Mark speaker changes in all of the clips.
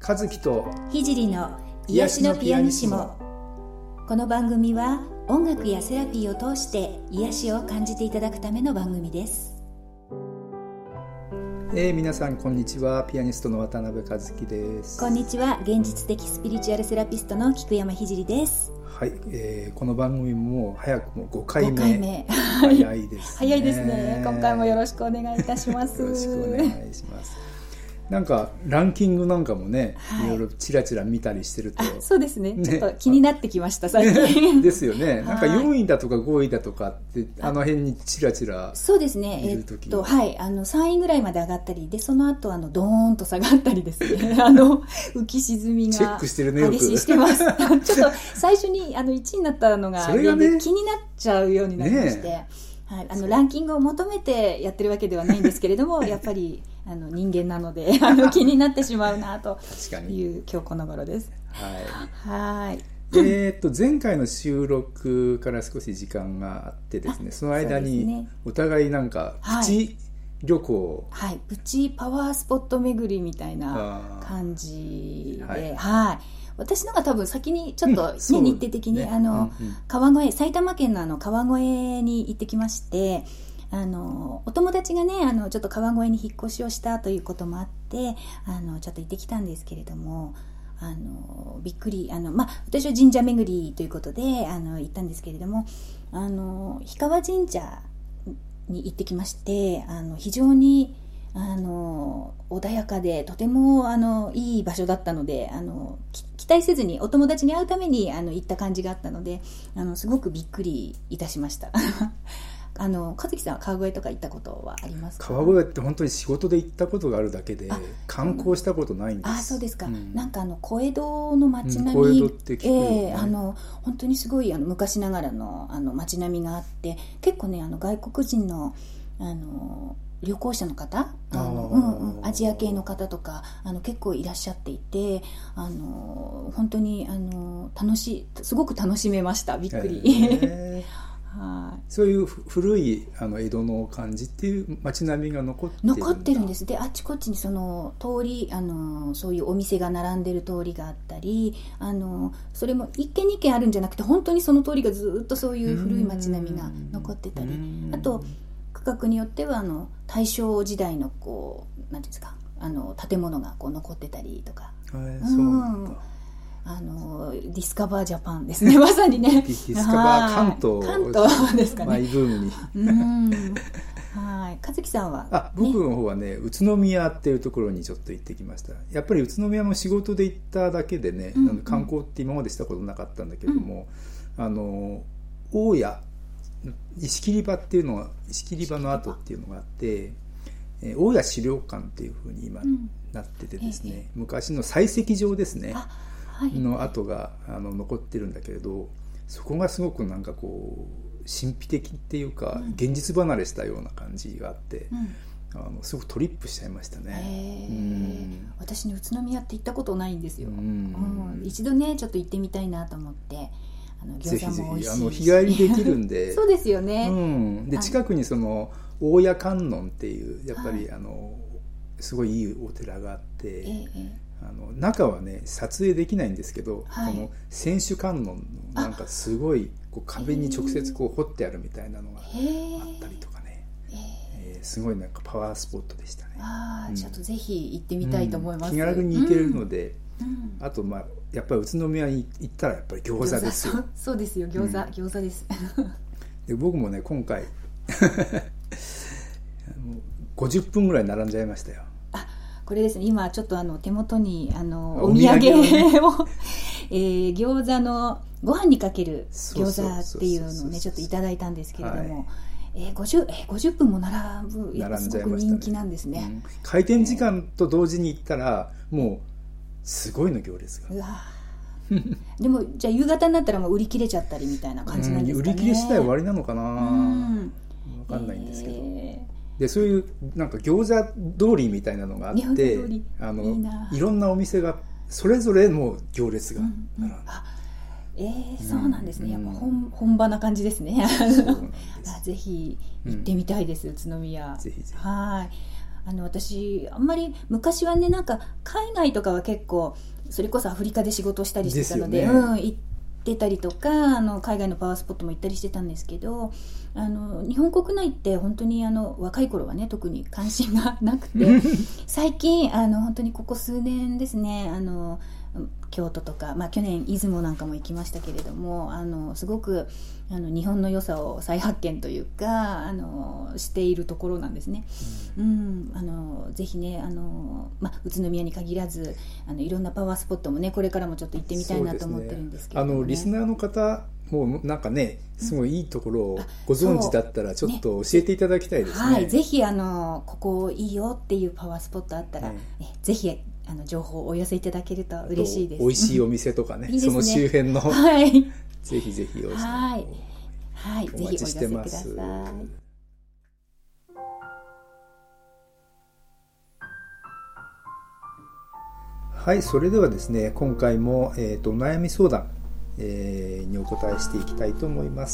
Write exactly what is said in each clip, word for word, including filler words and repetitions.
Speaker 1: 和樹と
Speaker 2: ひじりの癒しのピアニッシモ。この番組は音楽やセラピーを通して癒しを感じていただくための番組です。
Speaker 1: えー、皆さんこんにちは。ピアニストの渡辺和樹です。
Speaker 2: こんにちは。現実的スピリチュアルセラピストの菊山ひじりです。
Speaker 1: はい、えー、この番組も早くもごかいめ。
Speaker 2: ごかいめ
Speaker 1: 早いですね。
Speaker 2: 早いですね。今回もよろしくお願いいたします。
Speaker 1: よろしくお願いします。なんかランキングなんかもね、はい、いろいろチラチラ見たりしてると、
Speaker 2: そうですね、ちょっと気になってきました最近
Speaker 1: ですよね。なんかよんいだとかごいだとかってあの辺にチラチラ
Speaker 2: そうですね、えーっとはい、あのさんいぐらいまで上がったりで、その後あのドーンと下がったりですねあの浮き沈みが
Speaker 1: チェックしてるね、よく
Speaker 2: 激しいしてますちょっと最初にあのいちいになったのが
Speaker 1: それが、ね、
Speaker 2: 気になっちゃうようになりまして、ね、はい、あのランキングを求めてやってるわけではないんですけれどもやっぱりあの人間なのであの気になってしまうなという今日この頃です。
Speaker 1: はい。
Speaker 2: はい。
Speaker 1: えー、と前回の収録から少し時間があってですね、その間にお互いなんかプチ旅行、
Speaker 2: はい、はい、プチパワースポット巡りみたいな感じで、はい、はい、私のが多分先にちょっと、ね、うん、日程的に、ね、あの、うんうん、川越、埼玉県のあの川越に行ってきまして、あのお友達がね、あのちょっと川越に引っ越しをしたということもあって、あのちょっと行ってきたんですけれども、あのびっくり、あの、まあ、私は神社巡りということであの行ったんですけれども、あの氷川神社に行ってきまして、あの非常にあの穏やかでとてもあのいい場所だったので、あの期待せずにお友達に会うためにあの行った感じがあったので、あのすごくびっくりいたしましたあの和樹さんは川越とか行ったことはありますか？
Speaker 1: 川越って本当に仕事で行ったことがあるだけで観光したことないんです。
Speaker 2: あ、そうですか、うん、なんかあの小江戸の街並み、うん、小江戸って聞くよね、えー、あの本当にすごいあの昔ながら の, あの街並みがあって、結構ね、あの外国人のあの旅行者の方、あの、うんうん、アジア系の方とかあの結構いらっしゃっていて、あの本当にあの楽しい、すごく楽しめました。びっくり、えーはい、
Speaker 1: そういう古いあの江戸の感じっていう街並みが残ってるんだ。
Speaker 2: 残ってるんです。で、あっちこっちにその通り、あのそういうお店が並んでる通りがあったり、あのそれも一軒二軒あるんじゃなくて、本当にその通りがずっとそういう古い街並みが残ってたり、あと区画によってはあの大正時代のこうなんていうんですか、あの建物がこう残ってたりとか、
Speaker 1: えー、そうなんだ。
Speaker 2: あのディスカバージャパンですねまさにね
Speaker 1: ディスカバー関東
Speaker 2: 関東ですかね、
Speaker 1: マイブームに
Speaker 2: うんはい。和樹さんは、ね、
Speaker 1: あ、僕の方はね、宇都宮っていうところにちょっと行ってきました。やっぱり宇都宮も仕事で行っただけでね、うんうん、観光って今までしたことなかったんだけれども、うん、あの大谷石切場っていうのが石切場の跡っていうのがあって、えー、大谷資料館っていうふうに今なっててですね、うんええ、昔の採石場ですねの跡があの残ってるんだけれど、そこがすごくなんかこう神秘的っていうか、うん、現実離れしたような感じがあって、うん、あのすごくトリップしちゃいましたね。
Speaker 2: うん、私ね、宇都宮って行ったことないんですよ。うん、うん、一度ねちょっと行ってみたいなと思って、あの餃子も美味しいし、ぜひぜひあの
Speaker 1: 日帰りできるんで
Speaker 2: そうですよね、
Speaker 1: うん、で近くにその大谷観音っていうやっぱり、はい、あのすごいいいお寺があって、ええ、あの中はね撮影できないんですけど、はい、この選手観音のなんかすごいこう壁に直接こう彫ってあるみたいなのがあったりとかね、えー、すごいなんかパワースポットでしたね。
Speaker 2: あ、うん、ちょっとぜひ行ってみたいと思います。
Speaker 1: うん、気軽に行けるので、うん、あとまあやっぱり宇都宮に行ったらやっぱり餃子ですよ。
Speaker 2: そう、そうですよ、餃子、うん、餃子です
Speaker 1: で僕もね今回ごじゅっぷんぐらい並んじゃいましたよ。
Speaker 2: あ、これですね、今ちょっとあの手元にあのお土産を、ねえー、餃子のご飯にかける餃子っていうのをねちょっといただいたんですけれども、はい、えー、ごじゅう、えー、ごじゅっぷんも並ぶ、やっぱすごく人気なんですね。
Speaker 1: うん、開店時間と同時に行ったらもうすごいの行列が。
Speaker 2: うわでもじゃあ夕方になったらもう売り切れちゃったりみたいな感じなんですかね。
Speaker 1: うん、売り切れ次第終わりなのかな、うん、分かんないんですけど、えーでそういうなんか餃子通りみたいなのがあって、あの い, い, いろんなお店がそれぞれの行列が並んで、うんうん、あ、
Speaker 2: えー、そうなんですね、うん、やっぱ 本, 本場な感じですね。そうなんですぜひ行ってみたいです、うん、宇都宮。
Speaker 1: ぜひぜひ。
Speaker 2: はい。 あの私あんまり昔はねなんか海外とかは結構それこそアフリカで仕事したりしてたので、
Speaker 1: ですよね、
Speaker 2: うん、行ってたりとかあの海外のパワースポットも行ったりしてたんですけど、あの日本国内って本当にあの若い頃はね特に関心がなくて最近あの本当にここ数年ですね、あの京都とか、まあ、去年出雲なんかも行きましたけれども、あのすごくあの日本の良さを再発見というかあのしているところなんですね、うん、あのぜひねあの、まあ、宇都宮に限らずあのいろんなパワースポットもねこれからもちょっと行ってみたいなと思ってるんですけど、ね、
Speaker 1: あのリスナーの方もうなんかねすごいいいところをご存知だったらちょっと教えていただきたいですね。
Speaker 2: はい、ぜひあのここいいよっていうパワースポットあったら、ね、えぜひあの情報をお寄せいただけると嬉しいです。
Speaker 1: 美味しいお店とかね、
Speaker 2: いいですね、
Speaker 1: その周辺の、
Speaker 2: はい、
Speaker 1: ぜひぜひお,、
Speaker 2: はい、はい、
Speaker 1: お待ちしてます。
Speaker 2: ぜひお寄せください。
Speaker 1: はい、それではですね今回も、えーと、お悩み相談、えー、にお答えしていきたいと思います。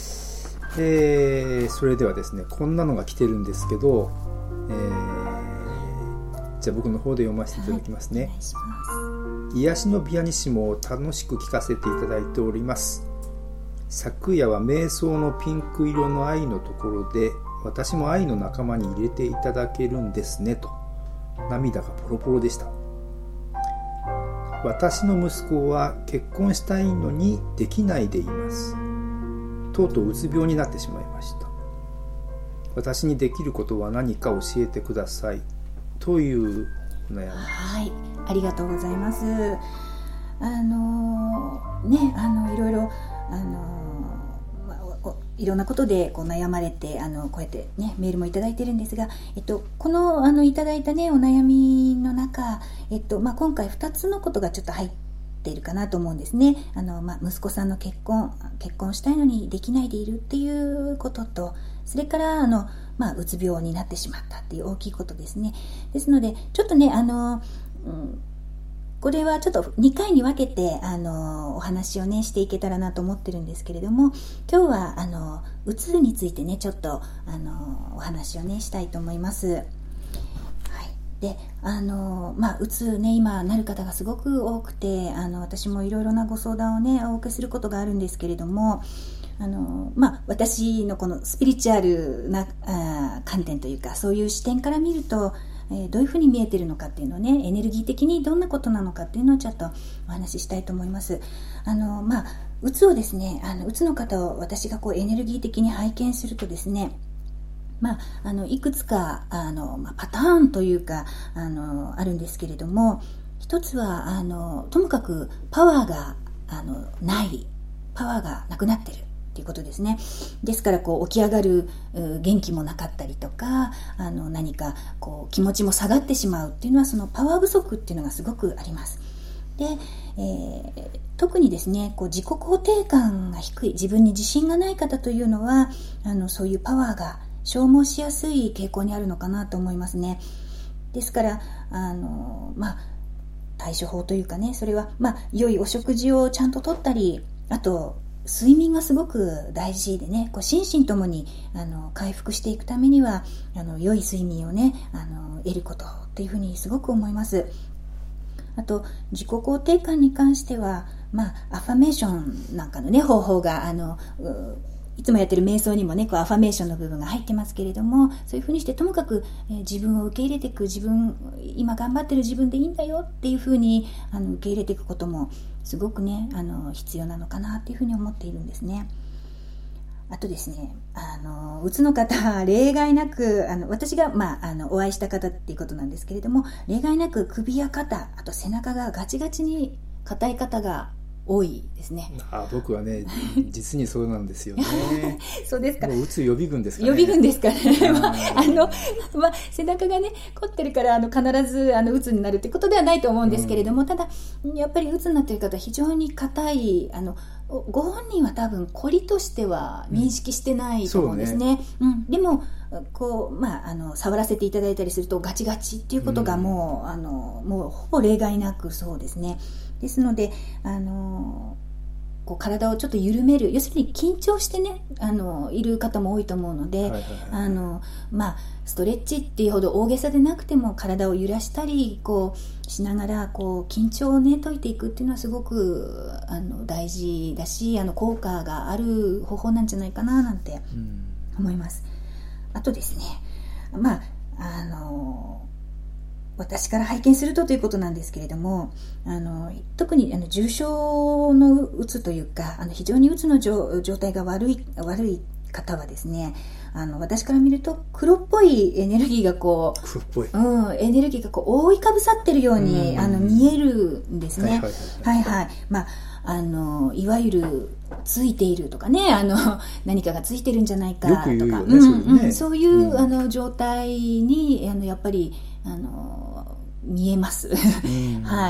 Speaker 1: えー、それではですねこんなのが来てるんですけど、えーじゃあ僕の方で読ませていただきますね。はい、お願いします。癒しのピアニッシモを楽しく聴かせていただいております。昨夜は瞑想のピンク色の愛のところで私も愛の仲間に入れていただけるんですねと涙がポロポロでした。私の息子は結婚したいのにできないでいます。とうとううつ病になってしまいました。私にできることは何か教えてくださいという悩み。
Speaker 2: はい、ありがとうございます。あのね、あのいろいろあのいろんなことでこう悩まれてあのこうやってねメールもいただいてるんですが、えっとこのあのいただいたねお悩みの中、えっとまあ今回ふたつのことがちょっと入っているかなと思うんですね。あのまあ息子さんの結婚結婚したいのにできないでいるっていうことと、それからあのまあ、うつ病になってしまったっていう大きいことですね。ですのでちょっとねあの、うん、これはちょっとにかいに分けてあのお話をねしていけたらなと思ってるんですけれども、今日はあのうつについてねちょっとあのお話をねしたいと思います。はい、であのまあうつね今なる方がすごく多くて、あの私もいろいろなご相談をねお受けすることがあるんですけれども、あのまあ、私のこのスピリチュアルなあ観点というかそういう視点から見ると、えー、どういうふうに見えているのかっていうのをねエネルギー的にどんなことなのかっていうのをちょっとお話ししたいと思います。あの、まあ、うつをですねあのうつの方を私がこうエネルギー的に拝見するとですね、まあ、あのいくつかあの、まあ、パターンというかあのあるんですけれども、一つはあのともかくパワーがあのないパワーがなくなってるっていうことですね。ですからこう起き上がる元気もなかったりとか、あの何かこう気持ちも下がってしまうっていうのはそのパワー不足っていうのがすごくあります。で、えー、特にですねこう自己肯定感が低い、自分に自信がない方というのはあのそういうパワーが消耗しやすい傾向にあるのかなと思いますね。ですからあのまあ対処法というかね、それはまあ良いお食事をちゃんととったり、あと睡眠がすごく大事でね、こう心身ともにあの回復していくためにはあの良い睡眠をねあの得ることっていうふうにすごく思います。あと自己肯定感に関しては、まあ、アファメーションなんかのね方法があのいつもやってる瞑想にもねこうアファメーションの部分が入ってますけれども、そういうふうにしてともかく、えー、自分を受け入れていく、自分今頑張ってる自分でいいんだよっていうふうにあの受け入れていくこともすごくねあの必要なのかなっていうふうに思っているんですね。あとですね、あのうつの方例外なくあの私が、まあ、あのお会いした方っていうことなんですけれども、例外なく首や肩、あと背中がガチガチに硬い方が多いですね。
Speaker 1: あ、僕はね実にそうなんですよね。
Speaker 2: そうですか。
Speaker 1: もううつ予備軍ですかね。
Speaker 2: 予備軍ですかね。まああのまあ、背中がね凝ってるからあの必ずあのうつになるってことではないと思うんですけれども、うん、ただやっぱりうつになっている方は非常に硬い、あのご本人は多分凝りとしては認識してないと思うんですね。うんうん、でもこう、まあ、あの触らせていただいたりするとガチガチっていうことがもう、うん、あのもうほぼ例外なくそうですね。ですのであのごこう体をちょっと緩める、要するに緊張してねあのいる方も多いと思うので、はいはいはい、あのまあ、ストレッチっていうほど大げさでなくても体を揺らしたりこうしながらこう緊張をね解いていくっていうのはすごくあの大事だし、あの効果がある方法なんじゃないかななんて思います。あとですね、まああの私から拝見するとということなんですけれども、あの特にあの重症のうつというか、あの非常にうつの状態が悪い悪い方はですね、あの私から見ると黒っぽいエネルギーがこう、黒っぽい、うん、エネルギーがこう覆いかぶさってるように、うん、あの見えるんですね。はいはいはい、はいはい、まああのいわゆるついているとかね、あの何かがついてるんじゃないかとか、よく言うよね、うんうん、そういう、うん、あの状態にあのやっぱりあの見えます、はい、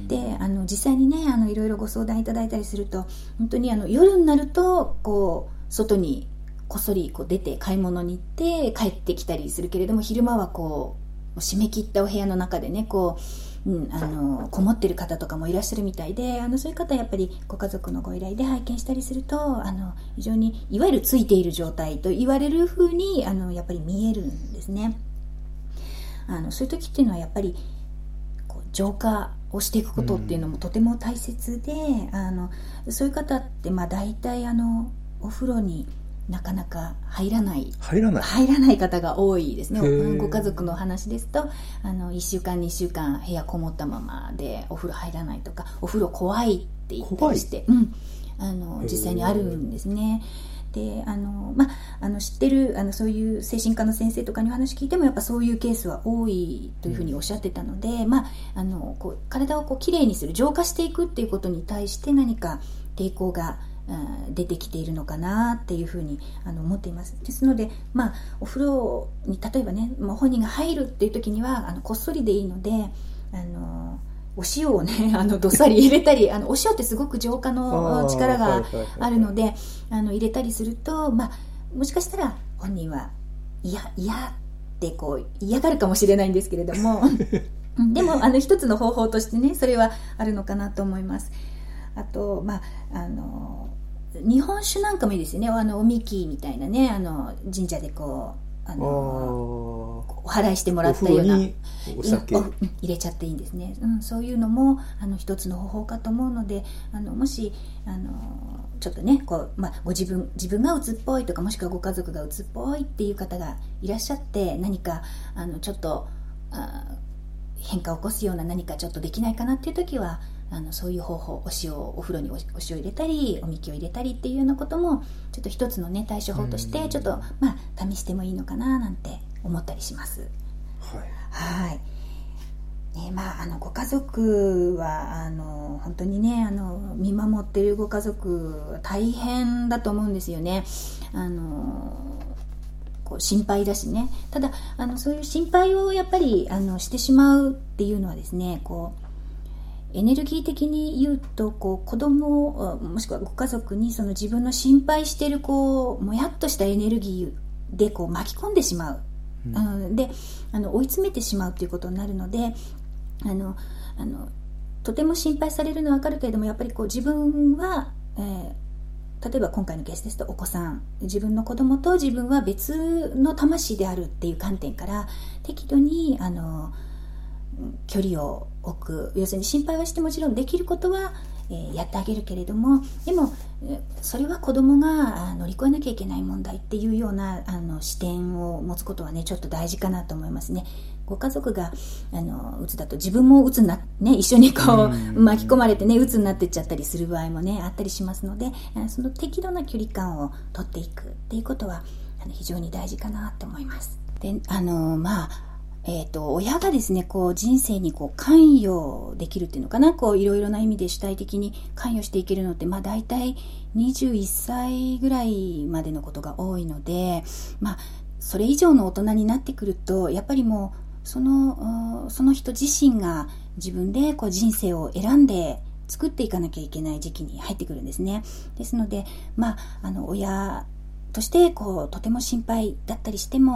Speaker 2: であの実際にねあのいろいろご相談いただいたりすると、本当にあの夜になるとこう外にこっそりこう出て買い物に行って帰ってきたりするけれども、昼間はこう締め切ったお部屋の中でねこう、うん、あのこもってる方とかもいらっしゃるみたいで、あのそういう方はやっぱりご家族のご依頼で拝見したりすると、あの非常にいわゆるついている状態と言われる風にあのやっぱり見えるんですね。あのそういう時っていうのはやっぱりこう浄化をしていくことっていうのもとても大切で、うん、あのそういう方ってまあ大体あのお風呂になかなか入らない
Speaker 1: 入らない
Speaker 2: 入らない方が多いですね。ご家族の話ですと、あのいっしゅうかんにしゅうかん部屋こもったままでお風呂入らないとか、お風呂怖いって言ったりして、うん、あの実際にあるんですね。であの、ま、あの知ってるあのそういう精神科の先生とかにお話聞いてもやっぱそういうケースは多いというふうにおっしゃってたので、うん、まあ、あのこう体をこうきれいにする、浄化していくっていうことに対して何か抵抗が出てきているのかなっていうふうにあの思っています。ですので、まあ、お風呂に例えばね、もう本人が入るっていう時にはあのこっそりでいいので、あのお塩をねあのどっさり入れたり、あのお塩ってすごく浄化の力があるので、あの入れたりすると、まあ、もしかしたら本人は嫌嫌ってこう嫌がるかもしれないんですけれどもでもあの一つの方法としてねそれはあるのかなと思います。あと、まあ、あの日本酒なんかもいいですよね。あのおみきみたいなね、あの神社でこうあのお祓いしてもらったような
Speaker 1: お酒
Speaker 2: 入れちゃっていいんですね、うん、そういうのもあの一つの方法かと思うので、あのもしあのちょっとねこう、まあ、ご自分自分がうつっぽいとか、もしくはご家族がうつっぽいっていう方がいらっしゃって、何かあのちょっとあ変化を起こすような何かちょっとできないかなっていう時は、あのそういう方法、お塩、お風呂にお塩入れたりおみきを入れたりっていうようなこともちょっと一つのね対処法としてちょっと、まあ、試してもいいのかななんて思ったりします。はい、はいね、まあ、あのご家族はあの本当にねあの見守っているご家族大変だと思うんですよね。あのこう心配だしね。ただあのそういう心配をやっぱりあのしてしまうっていうのはですね、こうエネルギー的に言うとこう子供もしくはご家族にその自分の心配しているこうもやっとしたエネルギーでこう巻き込んでしまう、うん、であの追い詰めてしまうということになるので、あのあのとても心配されるのは分かるけれども、やっぱりこう自分は、えー、例えば今回のケースですとお子さん、自分の子供と自分は別の魂であるっていう観点から適度にあの距離を置く、要するに心配はしてもちろんできることは、えー、やってあげるけれども、でもそれは子供が乗り越えなきゃいけない問題っていうようなあの視点を持つことはねちょっと大事かなと思いますね。ご家族があのうつだと自分もうつな、ね、一緒にこう巻き込まれてねうつになっていっちゃったりする場合もねあったりしますので、その適度な距離感を取っていくっていうことはあの非常に大事かなと思います。であのまあえーと、親がですねこう人生にこう関与できるっていうのかな、こういろいろな意味で主体的に関与していけるのって、まあ、大体にじゅういっさいぐらいまでのことが多いので、まあ、それ以上の大人になってくるとやっぱりもうその、その人自身が自分でこう人生を選んで作っていかなきゃいけない時期に入ってくるんですね。ですので、まあ、あの親としてこうとても心配だったりしても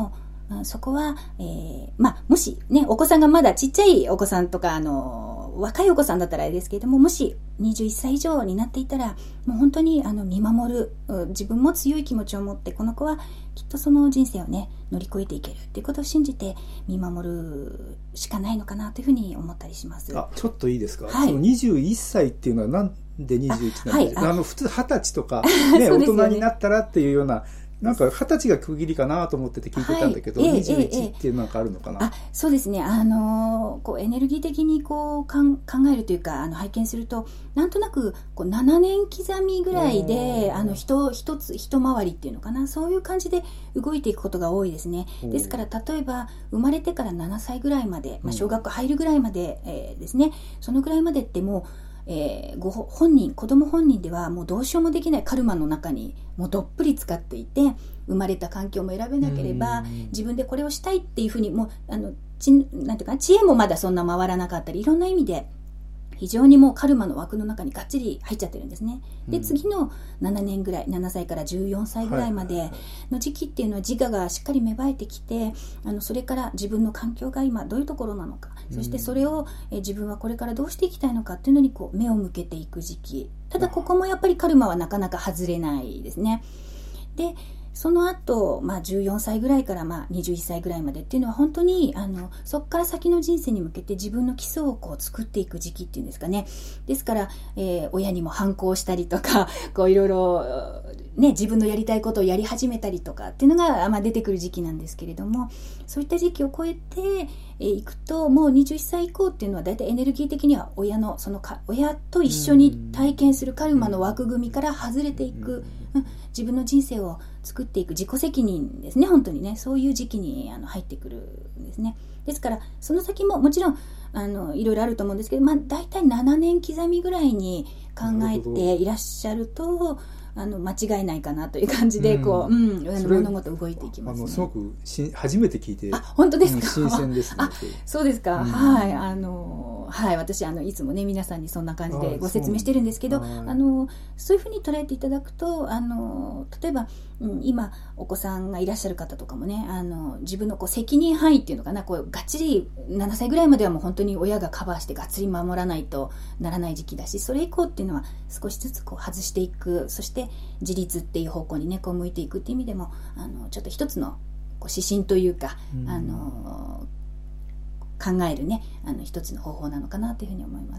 Speaker 2: そこは、えー、まあ、もしね、お子さんがまだちっちゃいお子さんとか、あの、若いお子さんだったらあれですけれども、もしにじゅういっさい以上になっていたら、もう本当にあの見守る、自分も強い気持ちを持って、この子はきっとその人生をね、乗り越えていけるっていうことを信じて見守るしかないのかなというふうに思ったりします。
Speaker 1: あ、ちょっといいですか、
Speaker 2: はい、
Speaker 1: そのにじゅういっさいっていうのはなんでにじゅういちなんですか？あ、はい、あの普通はたちとか、ね、大人になったらっていうような、なんか二十歳が区切りかなと思ってて聞いてたんだけど、はい、にじゅういちっていうなんかあるのかな、
Speaker 2: あ、そうですね、あのこうエネルギー的にこうかん考えるというか、あの拝見するとなんとなくこうななねん刻みぐらいであの一一つ一回りっていうのかな、そういう感じで動いていくことが多いですね。ですから例えば生まれてからななさいぐらいまで、まあ、小学校入るぐらいまで、うん、えー、ですね、そのぐらいまでってもうえー、ご本人、子供本人ではもうどうしようもできないカルマの中にもうどっぷり使っていて、生まれた環境も選べなければ、自分でこれをしたいっていうふうに、もうあのちなんていうか、知恵もまだそんな回らなかったり、いろんな意味で非常にもうカルマの枠の中にがっちり入っちゃってるんですね。で、次のななねんぐらい、ななさいからじゅうよんさいぐらいまでの時期っていうのは自我がしっかり芽生えてきて、あのそれから自分の環境が今どういうところなのか、そしてそれをえ自分はこれからどうしていきたいのかっていうのにこう目を向けていく時期。ただここもやっぱりカルマはなかなか外れないですね。で、その後、まあ、じゅうよんさいぐらいからまあにじゅういっさいぐらいまでっていうのは本当にあのそこから先の人生に向けて自分の基礎をこう作っていく時期っていうんですかね。ですから、えー、親にも反抗したりとか、こういろいろね、自分のやりたいことをやり始めたりとかっていうのが、まあ、出てくる時期なんですけれども、そういった時期を超えてい、えー、くともうにじゅういっさい以降っていうのはだいたいエネルギー的には親のそのか親と一緒に体験するカルマの枠組みから外れていく、うん、自分の人生を作っていく自己責任ですね。本当にね、そういう時期にあの入ってくるんですね。ですからその先ももちろんあのいろいろあると思うんですけど、まあ、大体ななねん刻みぐらいに考えていらっしゃるとあの間違いないかなという感じでこう、うんうん、物事動いていきます、ね、
Speaker 1: あのすごくし初めて聞いて、
Speaker 2: あ、本当ですか、
Speaker 1: 新鮮ですね。
Speaker 2: あ、そうですか、うん、はい、あのはい、私あのいつもね皆さんにそんな感じでご説明してるんですけど、ああのそういうふうに捉えていただくと、あの例えば、うん、今お子さんがいらっしゃる方とかもね、あの自分のこう責任範囲っていうのかな、こうがっちりななさいぐらいまではもう本当に親がカバーしてがっつり守らないとならない時期だし、それ以降っていうのは少しずつこう外していく、そして自立っていう方向にねこう向いていくっていう意味でも、あのちょっと一つのこう指針というか、うん、あの考えるね、あの一つの方法なのかなというふうに思います。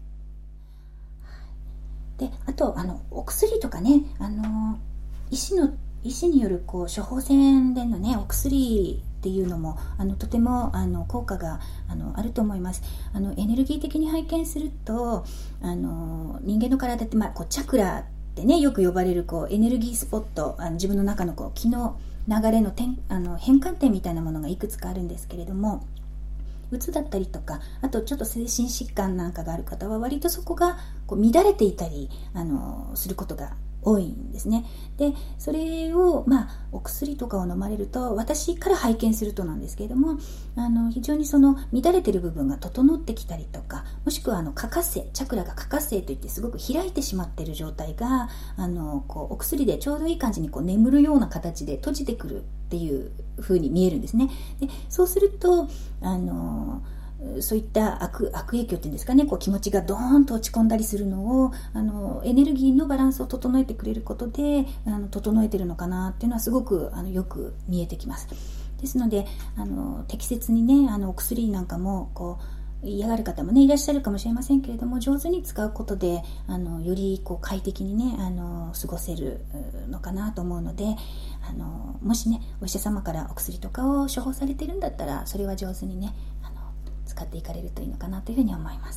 Speaker 2: で、あとあのお薬とかね、あの医師の医師によるこう処方箋でのねお薬っていうのもあのとてもあの効果があのあると思います。あのエネルギー的に拝見すると、あの人間の体って、まあ、こうチャクラってねよく呼ばれるこうエネルギースポット、あの自分の中のこう気の流れの点あの変換点みたいなものがいくつかあるんですけれども、うつだったりとか、あとちょっと精神疾患なんかがある方は割とそこがこう乱れていたりあのすることが多いんですね。で、それをまあお薬とかを飲まれると、私から拝見するとなんですけれども、あの非常にその乱れている部分が整ってきたりとか、もしくはあの過活性、チャクラが過活性といってすごく開いてしまっている状態が、あのこうお薬でちょうどいい感じにこう眠るような形で閉じてくるっていう風に見えるんですね。で、そうするとあのそういった悪、悪影響っていうんですかね、こう気持ちがドーンと落ち込んだりするのを、あのエネルギーのバランスを整えてくれることであの整えてるのかなっていうのはすごくあのよく見えてきます。ですのであの適切にね、あのお薬なんかもこう嫌がる方もねいらっしゃるかもしれませんけれども、上手に使うことであのよりこう快適にねあの過ごせるのかなと思うので、あのもしねお医者様からお薬とかを処方されてるんだったら、それは上手にね使っていかれるといいのかなというふうに思います。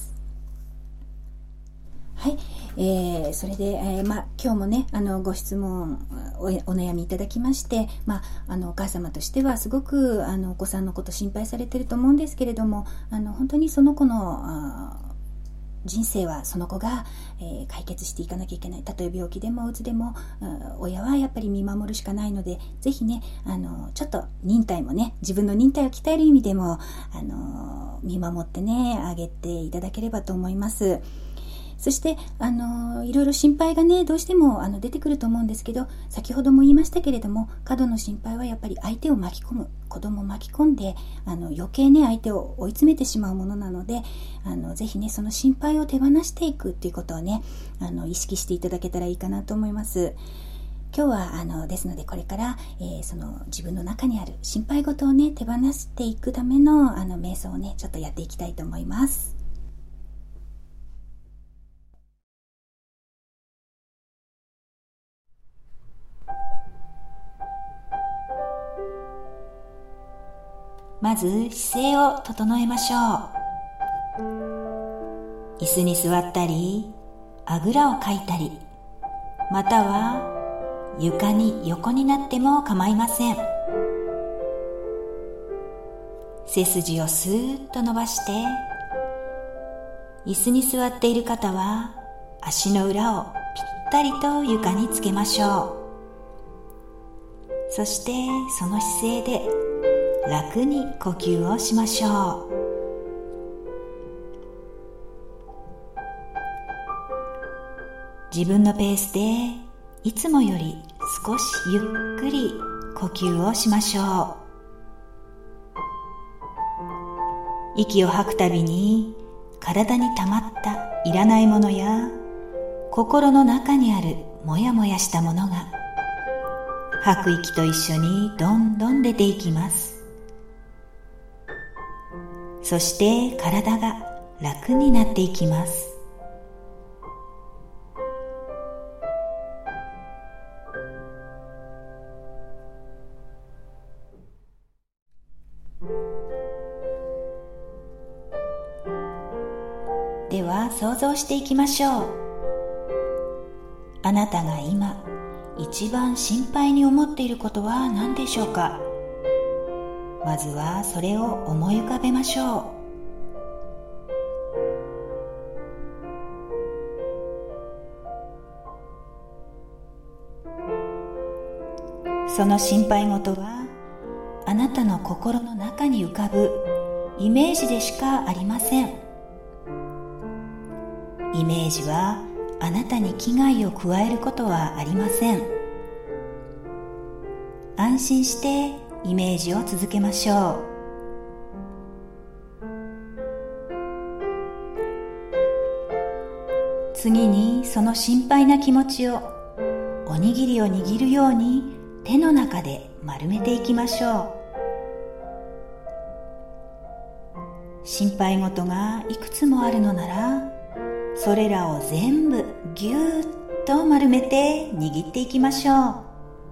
Speaker 2: はい、えー、それで、えーまあ、今日もねあのご質問 お, お悩みいただきまして、まあ、あのお母様としてはすごくあのお子さんのこと心配されていると思うんですけれども、あの本当にその子のあ人生はその子が、えー、解決していかなきゃいけない。たとえ病気でもうつでも親はやっぱり見守るしかないので、ぜひねあのちょっと忍耐もね、自分の忍耐を鍛える意味でもあの見守ってねあげていただければと思います。 そしてあのいろいろ心配がねどうしてもあの出てくると思うんですけど、先ほども言いましたけれども、過度の心配はやっぱり相手を巻き込む、子供を巻き込んであの余計ね相手を追い詰めてしまうものなので、あのぜひねその心配を手放していくっていうことをねあの意識していただけたらいいかなと思います。今日はあのですのでこれから、えー、その自分の中にある心配事をね手放していくためのあの瞑想をねちょっとやっていきたいと思います。まず姿勢を整えましょう。椅子に座ったり、あぐらをかいたり、または床に横になっても構いません。背筋をスーッと伸ばして、椅子に座っている方は足の裏をぴったりと床につけましょう。そしてその姿勢で楽に呼吸をしましょう。自分のペースでいつもより少しゆっくり呼吸をしましょう。息を吐くたびに体に溜まったいらないものや心の中にあるもやもやしたものが吐く息と一緒にどんどん出ていきます。そして体が楽になっていきます。では想像していきましょう。あなたが今一番心配に思っていることは何でしょうか。まずはそれを思い浮かべましょう。その心配事はあなたの心の中に浮かぶイメージでしかありません。イメージはあなたに危害を加えることはありません。安心してイメージを続けましょう。次にその心配な気持ちをおにぎりを握るように手の中で丸めていきましょう。心配事がいくつもあるのなら、それらを全部ぎゅーっと丸めて握っていきましょう。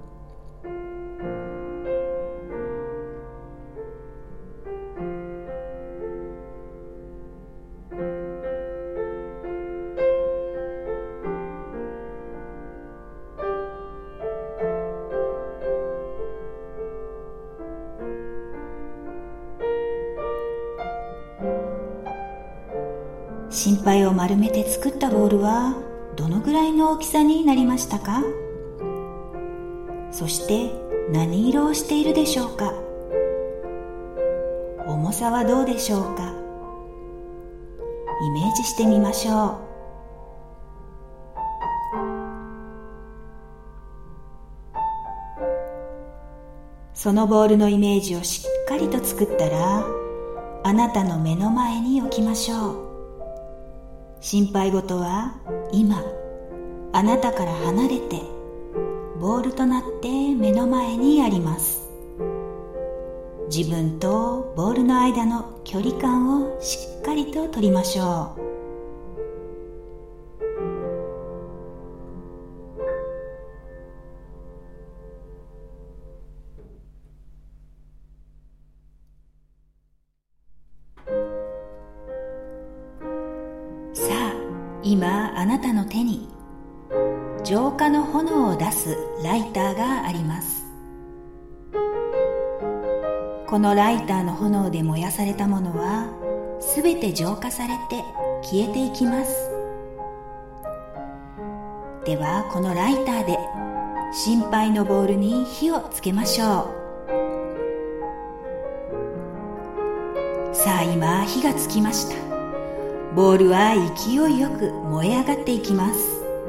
Speaker 2: 心配を丸めて作ったボールはどのぐらいの大きさになりましたか？そして何色をしているでしょうか？重さはどうでしょうか？イメージしてみましょう。そのボールのイメージをしっかりと作ったら、あなたの目の前に置きましょう。心配事は今あなたから離れてボールとなって目の前にあります。自分とボールの間の距離感をしっかりと取りましょう。今あなたの手に浄化の炎を出すライターがあります。このライターの炎で燃やされたものはすべて浄化されて消えていきます。ではこのライターで心配のボールに火をつけましょう。さあ今火がつきました。 ボールは勢いよく燃え上がっていきます。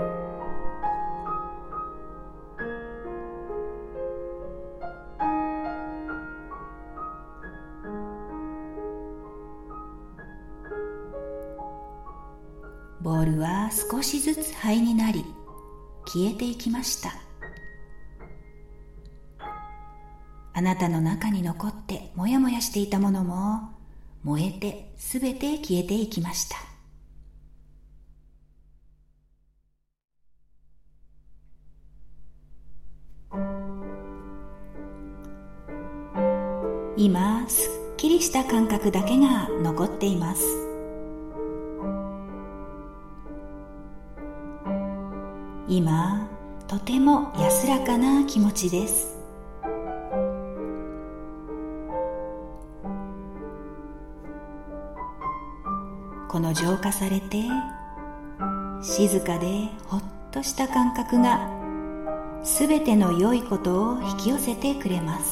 Speaker 2: ボールは少しずつ灰になり消えていきました。あなたの中に残ってもやもやしていたものも燃えてすべて消えていきました。今すっきりした感覚だけが残っています。今とても安らかな気持ちです。この浄化されて静かでほっとした感覚がすべての良いことを引き寄せてくれます。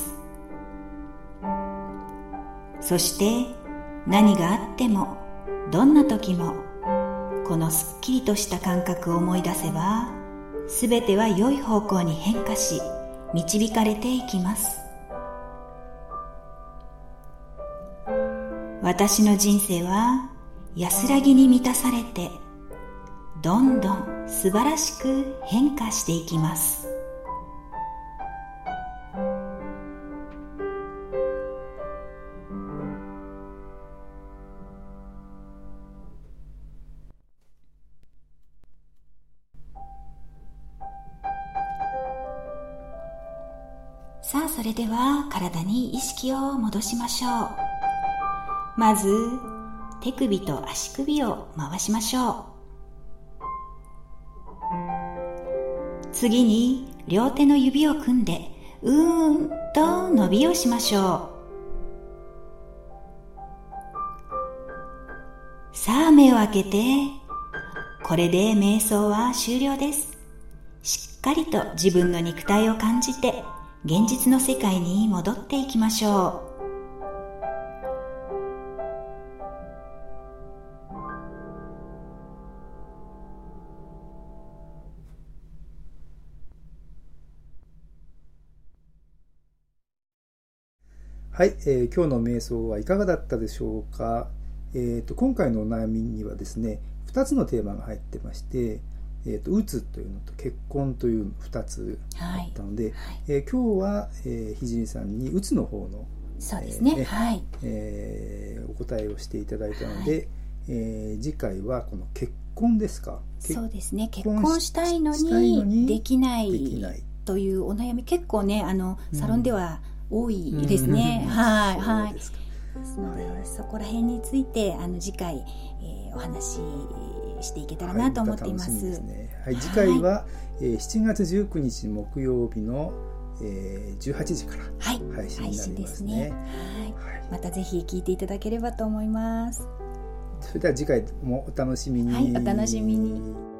Speaker 2: そして何があってもどんな時もこのすっきりとした感覚を思い出せばすべては良い方向に変化し導かれていきます。私の人生は安らぎに満たされてどんどん素晴らしく変化していきます。さあ、それでは体に意識を戻しましょう。まず手首と足首を回しましょう。次に両手の指を組んでうーんと伸びをしましょう。さあ、目を開けて、これで瞑想は終了です。しっかりと自分の肉体を感じて現実の世界に戻っていきましょう。
Speaker 1: はい、えー、今日の瞑想はいかがだったでしょうか。えーと、今回のお悩みにはですね、ふたつのテーマが入ってまして、えーと、うつというのと結婚というふたつあったので、はいはい、えー、今日は、えー、ひじりさんにうつの方の
Speaker 2: そうですね、えーねはい、
Speaker 1: えー、お答えをしていただいたので、はい、えー、次回はこの結婚ですか。
Speaker 2: そうですね、結婚したいのにできないというお悩み、結構ね、あのサロンでは、うん多いですね。はいはい。ですので、はいはい、そこら辺についてあの次回、えー、お話ししていけたらなと思っています。はい、
Speaker 1: ですね。はい、次回は、はい、えー、しちがつじゅうくにち木曜日の、えー、じゅうはちじから配信になりますね。はい、
Speaker 2: はいはい、またぜひ聞いていただければと思います。
Speaker 1: それでは次回もお楽しみに。
Speaker 2: はい、お楽しみに。